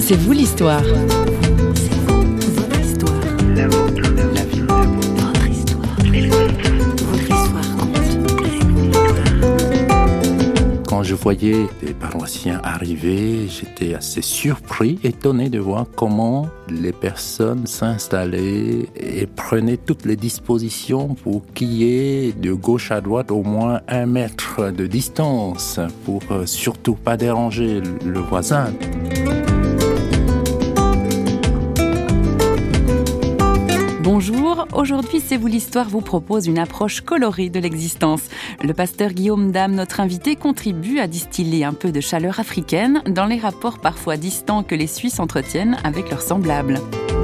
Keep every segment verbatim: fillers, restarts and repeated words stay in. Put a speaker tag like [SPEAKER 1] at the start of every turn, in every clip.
[SPEAKER 1] C'est vous l'histoire.
[SPEAKER 2] C'est vous, votre histoire. La vôtre, la vie, votre histoire. Votre histoire compte.
[SPEAKER 3] Quand je voyais des paroissiens arriver, j'étais assez surpris, étonné de voir comment les personnes s'installaient et prenaient toutes les dispositions pour qu'il y ait de gauche à droite au moins un mètre de distance pour euh, surtout pas déranger le voisin.
[SPEAKER 1] Bonjour, aujourd'hui C'est vous l'histoire vous propose une approche colorée de l'existence. Le pasteur Guillaume Dame, notre invité, contribue à distiller un peu de chaleur africaine dans les rapports parfois distants que les Suisses entretiennent avec leurs semblables.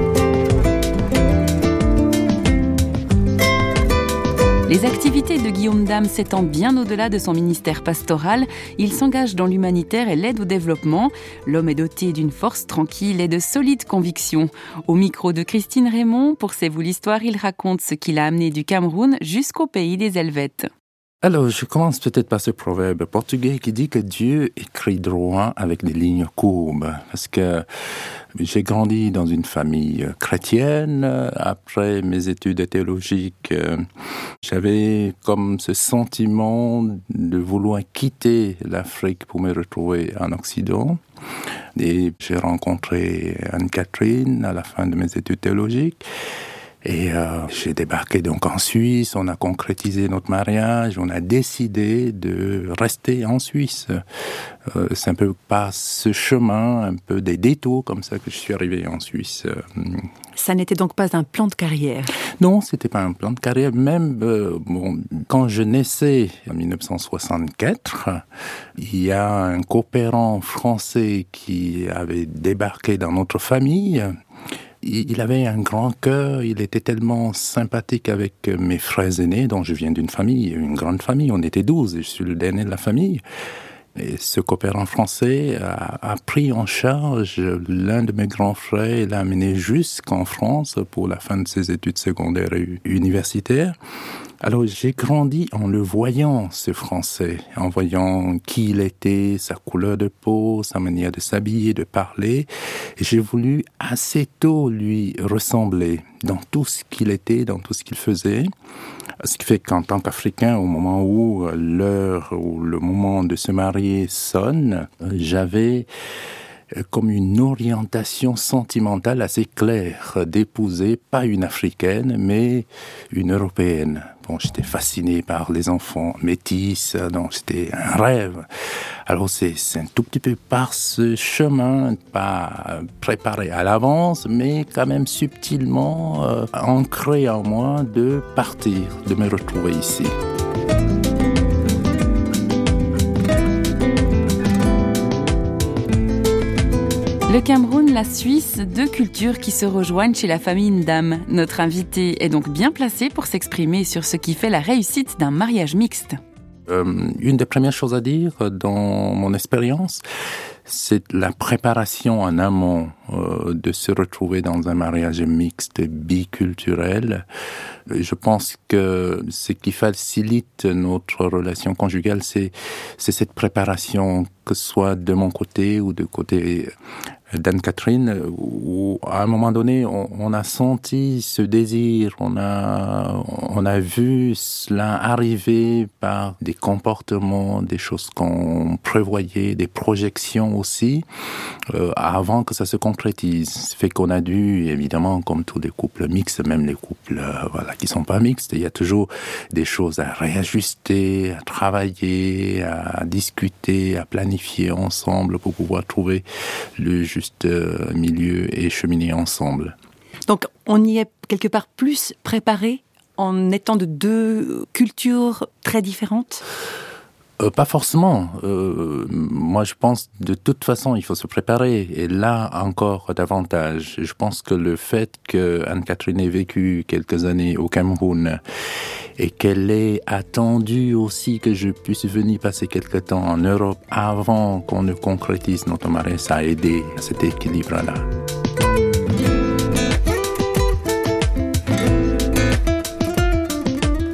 [SPEAKER 1] Les activités de Guillaume Dame s'étendent bien au-delà de son ministère pastoral. Il s'engage dans l'humanitaire et l'aide au développement. L'homme est doté d'une force tranquille et de solides convictions. Au micro de Christine Raymond, pour C'est vous l'histoire, il raconte ce qui l'a amené du Cameroun jusqu'au pays des Helvètes.
[SPEAKER 3] Alors, je commence peut-être par ce proverbe portugais qui dit que Dieu écrit droit avec des lignes courbes. Parce que j'ai grandi dans une famille chrétienne. Après mes études théologiques, j'avais comme ce sentiment de vouloir quitter l'Afrique pour me retrouver en Occident. Et j'ai rencontré Anne-Catherine à la fin de mes études théologiques. Et euh, j'ai débarqué donc en Suisse, on a concrétisé notre mariage, on a décidé de rester en Suisse. Euh, c'est un peu par ce chemin, un peu des détours comme ça que je suis arrivé en Suisse.
[SPEAKER 2] Ça n'était donc pas un plan de carrière?
[SPEAKER 3] Non, c'était pas un plan de carrière. Même euh, bon, quand je naissais en dix-neuf cent soixante-quatre, il y a un coopérant français qui avait débarqué dans notre famille. Il avait un grand cœur, il était tellement sympathique avec mes frères aînés, dont je viens d'une famille, une grande famille, on était douze, et je suis le dernier de la famille. Et ce coopérant français a, a pris en charge l'un de mes grands frères et l'a amené jusqu'en France pour la fin de ses études secondaires et universitaires. Alors j'ai grandi en le voyant, ce Français, en voyant qui il était, sa couleur de peau, sa manière de s'habiller, de parler. Et j'ai voulu assez tôt lui ressembler dans tout ce qu'il était, dans tout ce qu'il faisait. Ce qui fait qu'en tant qu'Africain, au moment où l'heure ou le moment de se marier sonne, j'avais comme une orientation sentimentale assez claire d'épouser, pas une Africaine, mais une Européenne. Bon, j'étais fasciné par les enfants métis, donc c'était un rêve. Alors c'est, c'est un tout petit peu par ce chemin, pas préparé à l'avance, mais quand même subtilement euh, ancré en moi de partir, de me retrouver ici.
[SPEAKER 1] Le Cameroun, la Suisse, deux cultures qui se rejoignent chez la famille Ndam. Notre invité est donc bien placé pour s'exprimer sur ce qui fait la réussite d'un mariage mixte.
[SPEAKER 3] Euh, une des premières choses à dire dans mon expérience, c'est la préparation en amont euh, de se retrouver dans un mariage mixte biculturel. Je pense que ce qui facilite notre relation conjugale, c'est, c'est cette préparation, que ce soit de mon côté ou de côté d'Anne-Catherine, où à un moment donné, on, on a senti ce désir, on a, on a vu cela arriver par des comportements, des choses qu'on prévoyait, des projections aussi, euh, avant que ça se concrétise. Ça fait qu'on a dû, évidemment, comme tous les couples mixtes, même les couples euh, voilà, qui sont pas mixtes, il y a toujours des choses à réajuster, à travailler, à discuter, à planifier ensemble pour pouvoir trouver le juste milieu et cheminer ensemble.
[SPEAKER 2] Donc on y est quelque part plus préparé en étant de deux cultures très différentes ?
[SPEAKER 3] Euh, pas forcément. Euh, moi, je pense de toute façon, il faut se préparer. Et là, encore davantage. Je pense que le fait que Anne-Catherine ait vécu quelques années au Cameroun et qu'elle ait attendu aussi que je puisse venir passer quelques temps en Europe avant qu'on ne concrétise notre mariage, ça a aidé à cet équilibre-là.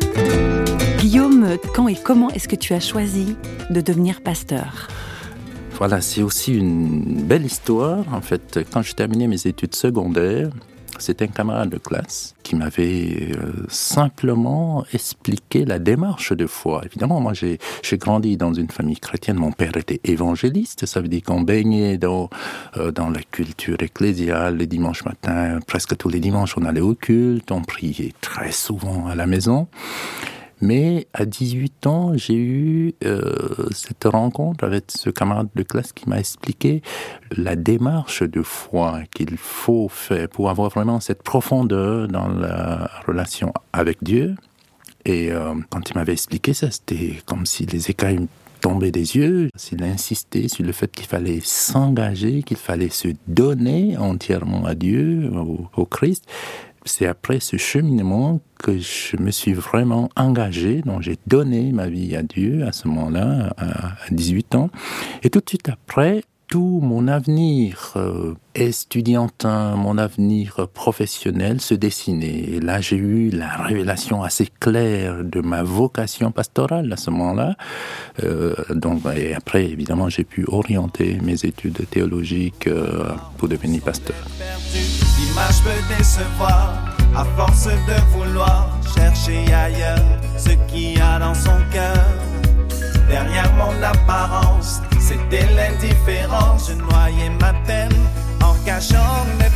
[SPEAKER 2] Guillaume, quand et comment est-ce que tu as choisi de devenir pasteur ?
[SPEAKER 3] Voilà, c'est aussi une belle histoire. En fait, quand j'ai terminé mes études secondaires, c'est un camarade de classe qui m'avait euh, simplement expliqué la démarche de foi. Évidemment, moi, j'ai, j'ai grandi dans une famille chrétienne. Mon père était évangéliste. Ça veut dire qu'on baignait dans, euh, dans la culture ecclésiale. Les dimanches matins, presque tous les dimanches, on allait au culte. On priait très souvent à la maison. Mais à dix-huit ans, j'ai eu euh, cette rencontre avec ce camarade de classe qui m'a expliqué la démarche de foi qu'il faut faire pour avoir vraiment cette profondeur dans la relation avec Dieu. Et euh, quand il m'avait expliqué ça, c'était comme si les écailles tombaient des yeux. Il a insisté sur le fait qu'il fallait s'engager, qu'il fallait se donner entièrement à Dieu, au, au Christ. C'est après ce cheminement que je me suis vraiment engagé, donc j'ai donné ma vie à Dieu à ce moment-là, à dix-huit ans. Et tout de suite après, tout mon avenir euh, estudiantin, mon avenir professionnel se dessinait. Et là, j'ai eu la révélation assez claire de ma vocation pastorale à ce moment-là. Euh, donc, et après, évidemment, j'ai pu orienter mes études théologiques euh, pour devenir pasteur.
[SPEAKER 4] L'image peut décevoir, à force de vouloir chercher ailleurs ce qu'il y a dans son cœur. Derrière mon apparence, c'était l'indifférence. Je noyais ma peine en cachant mes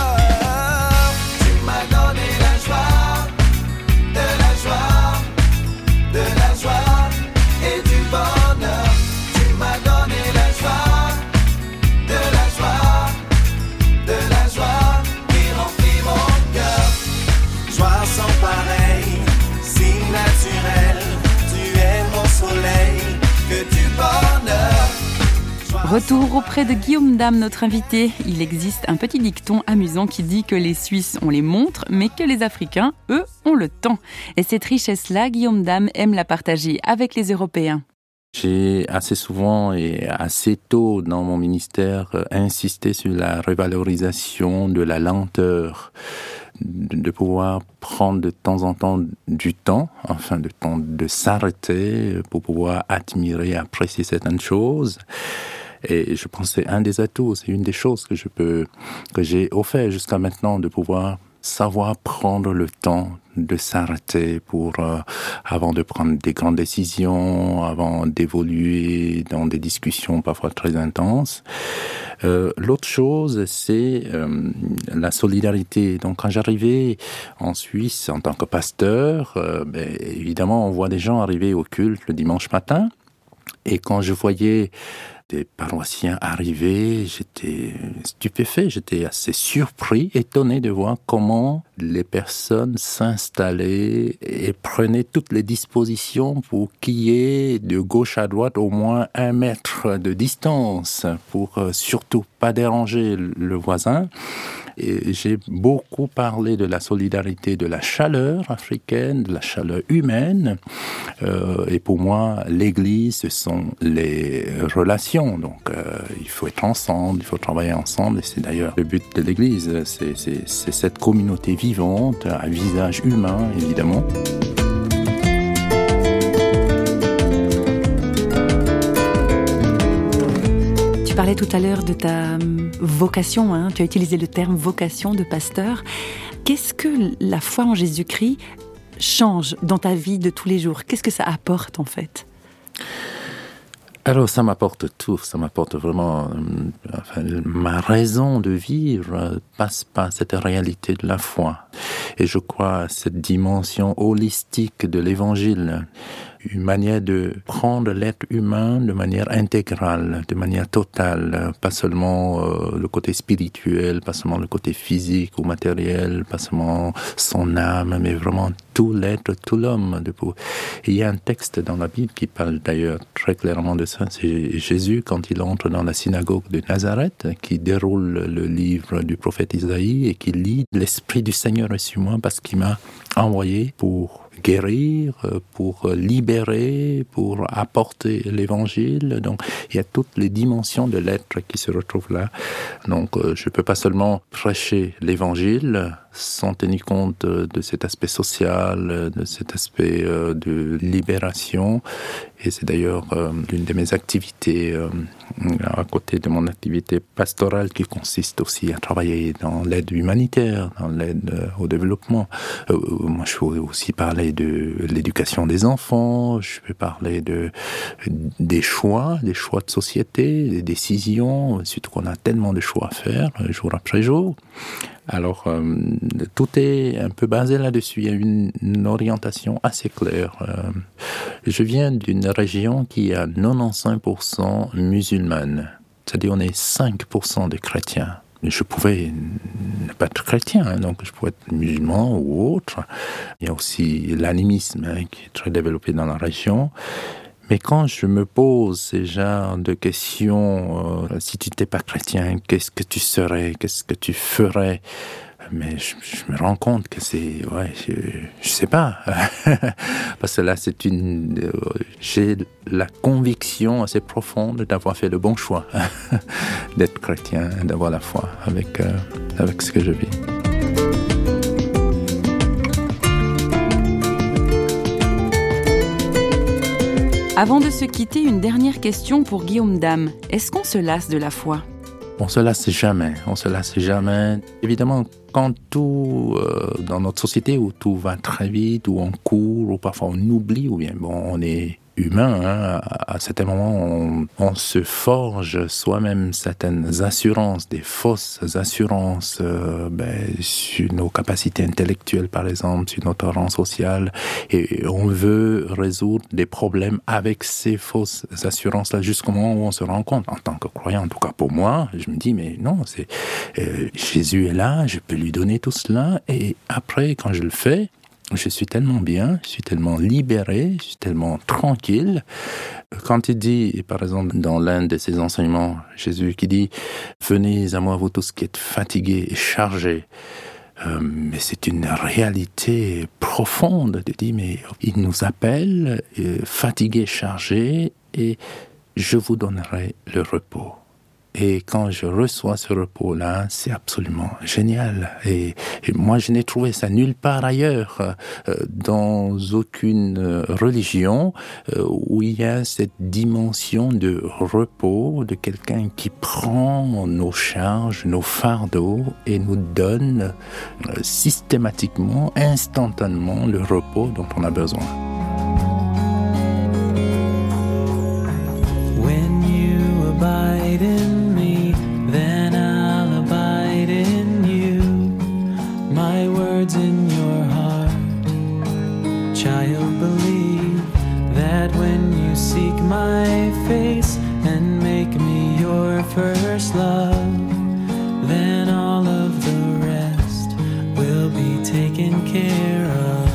[SPEAKER 4] peurs. Tu m'as donné la joie, de la joie, de la joie et du bonheur. Tu m'as donné la joie, de la joie, de la joie qui remplit mon cœur. Joie sans pareil, si naturelle. Tu es mon soleil, que du bonheur.
[SPEAKER 1] Retour auprès de Guillaume Dame, notre invité. Il existe un petit dicton amusant qui dit que les Suisses ont les montres, mais que les Africains, eux, ont le temps. Et cette richesse-là, Guillaume Dame aime la partager avec les Européens.
[SPEAKER 3] J'ai assez souvent et assez tôt dans mon ministère insisté sur la revalorisation de la lenteur, de pouvoir prendre de temps en temps du temps, enfin de temps de s'arrêter pour pouvoir admirer, apprécier certaines choses. Et je pense que c'est un des atouts, c'est une des choses que je peux, que j'ai offert jusqu'à maintenant, de pouvoir savoir prendre le temps de s'arrêter pour euh, avant de prendre des grandes décisions, avant d'évoluer dans des discussions parfois très intenses. Euh, l'autre chose, c'est euh, la solidarité. Donc, quand j'arrivais en Suisse en tant que pasteur, euh, ben, évidemment, on voit des gens arriver au culte le dimanche matin. Et quand je voyais des paroissiens arriver, j'étais stupéfait, j'étais assez surpris, étonné de voir comment les personnes s'installaient et prenaient toutes les dispositions pour qu'il y ait de gauche à droite au moins un mètre de distance pour surtout pas déranger le voisin. Et j'ai beaucoup parlé de la solidarité, de la chaleur africaine, de la chaleur humaine. Euh, et pour moi, l'Église, ce sont les relations. Donc, euh, il faut être ensemble, il faut travailler ensemble. Et c'est d'ailleurs le but de l'Église. C'est, c'est, c'est cette communauté vivante, à visage humain, évidemment.
[SPEAKER 1] Tu parlais tout à l'heure de ta vocation, hein, tu as utilisé le terme vocation de pasteur. Qu'est-ce que la foi en Jésus-Christ change dans ta vie de tous les jours ? Qu'est-ce que ça apporte en fait ?
[SPEAKER 3] Alors, ça m'apporte tout, ça m'apporte vraiment... Euh, enfin, ma raison de vivre passe par cette réalité de la foi. Et je crois à cette dimension holistique de l'Évangile, une manière de prendre l'être humain de manière intégrale, de manière totale, pas seulement euh, le côté spirituel, pas seulement le côté physique ou matériel, pas seulement son âme, mais vraiment tout l'être, tout l'homme. Et il y a un texte dans la Bible qui parle d'ailleurs très clairement de ça, c'est Jésus quand il entre dans la synagogue de Nazareth, qui déroule le livre du prophète Isaïe et qui lit « L'Esprit du Seigneur est sur moi parce qu'il m'a envoyé pour guérir, pour libérer, pour apporter l'évangile. » Donc, il y a toutes les dimensions de l'être qui se retrouvent là. Donc, je ne peux pas seulement prêcher l'évangile sans tenir compte de cet aspect social, de cet aspect de libération. Et c'est d'ailleurs l'une de mes activités, à côté de mon activité pastorale, qui consiste aussi à travailler dans l'aide humanitaire, dans l'aide au développement. Moi, je peux aussi parler de l'éducation des enfants, je peux parler de, des choix, des choix de société, des décisions, surtout qu'on a tellement de choix à faire, jour après jour. Alors, euh, tout est un peu basé là-dessus. Il y a une, une orientation assez claire. Euh, je viens d'une région qui est à quatre-vingt-quinze pour cent musulmane. C'est-à-dire on est cinq pour cent de chrétiens. Je pouvais ne pas être chrétien, hein, donc je pouvais être musulman ou autre. Il y a aussi l'animisme hein, qui est très développé dans la région. Mais quand je me pose ces genres de questions, euh, si tu n'étais pas chrétien, qu'est-ce que tu serais, qu'est-ce que tu ferais? Mais je, je me rends compte que c'est, ouais, je, je sais pas, parce que là c'est une, euh, j'ai la conviction assez profonde d'avoir fait le bon choix, d'être chrétien, d'avoir la foi avec euh, avec ce que je vis.
[SPEAKER 1] Avant de se quitter, une dernière question pour Guillaume Dam. Est-ce qu'on se lasse de la foi ?
[SPEAKER 3] On se lasse jamais, on se lasse jamais. Évidemment, quand tout, euh, dans notre société où tout va très vite, où on court, ou parfois on oublie, ou bien bon, on est humain, hein, à, à certains moments, on, on se forge soi-même certaines assurances, des fausses assurances euh, ben, sur nos capacités intellectuelles, par exemple, sur notre rang social, et on veut résoudre des problèmes avec ces fausses assurances-là jusqu'au moment où on se rend compte. En tant que croyant, en tout cas pour moi, je me dis, mais non, c'est euh, Jésus est là, je peux lui donner tout cela, et après, quand je le fais, je suis tellement bien, je suis tellement libéré, je suis tellement tranquille. Quand il dit, par exemple, dans l'un de ses enseignements, Jésus qui dit « Venez à moi, vous tous qui êtes fatigués et chargés », euh, mais c'est une réalité profonde de dire « Mais il nous appelle, euh, fatigués, chargés, et je vous donnerai le repos ». Et quand je reçois ce repos-là, c'est absolument génial. Et, et moi, je n'ai trouvé ça nulle part ailleurs, euh, dans aucune religion, euh, où il y a cette dimension de repos, de quelqu'un qui prend nos charges, nos fardeaux, et nous donne euh, systématiquement, instantanément, le repos dont on a besoin.
[SPEAKER 5] When you abide in then I'll abide in you, my words in your heart. Child, believe that when you seek my face and make me your first love, then all of the rest will be taken care of.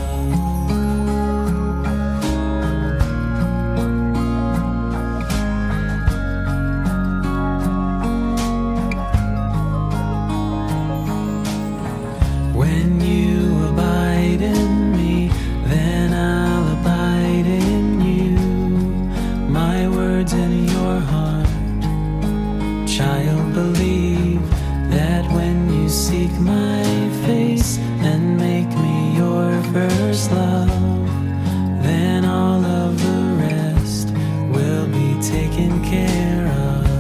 [SPEAKER 5] When you abide in me, then I'll abide in you, my words in your heart. Child, believe that when you seek my face and make me your first love, then all of the rest will be taken care of.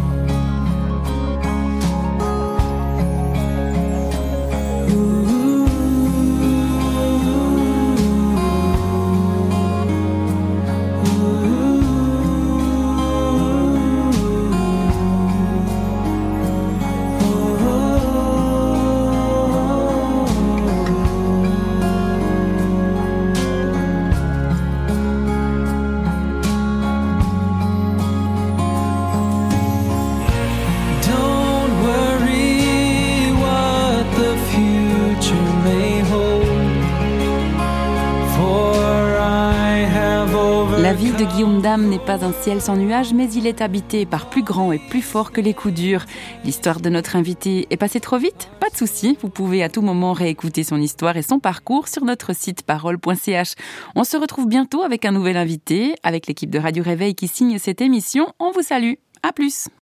[SPEAKER 1] La vie de Guillaume Dam n'est pas un ciel sans nuages, mais il est habité par plus grand et plus fort que les coups durs. L'histoire de notre invité est passée trop vite ? Pas de souci, vous pouvez à tout moment réécouter son histoire et son parcours sur notre site parole point c h. On se retrouve bientôt avec un nouvel invité, avec l'équipe de Radio Réveil qui signe cette émission. On vous salue, à plus.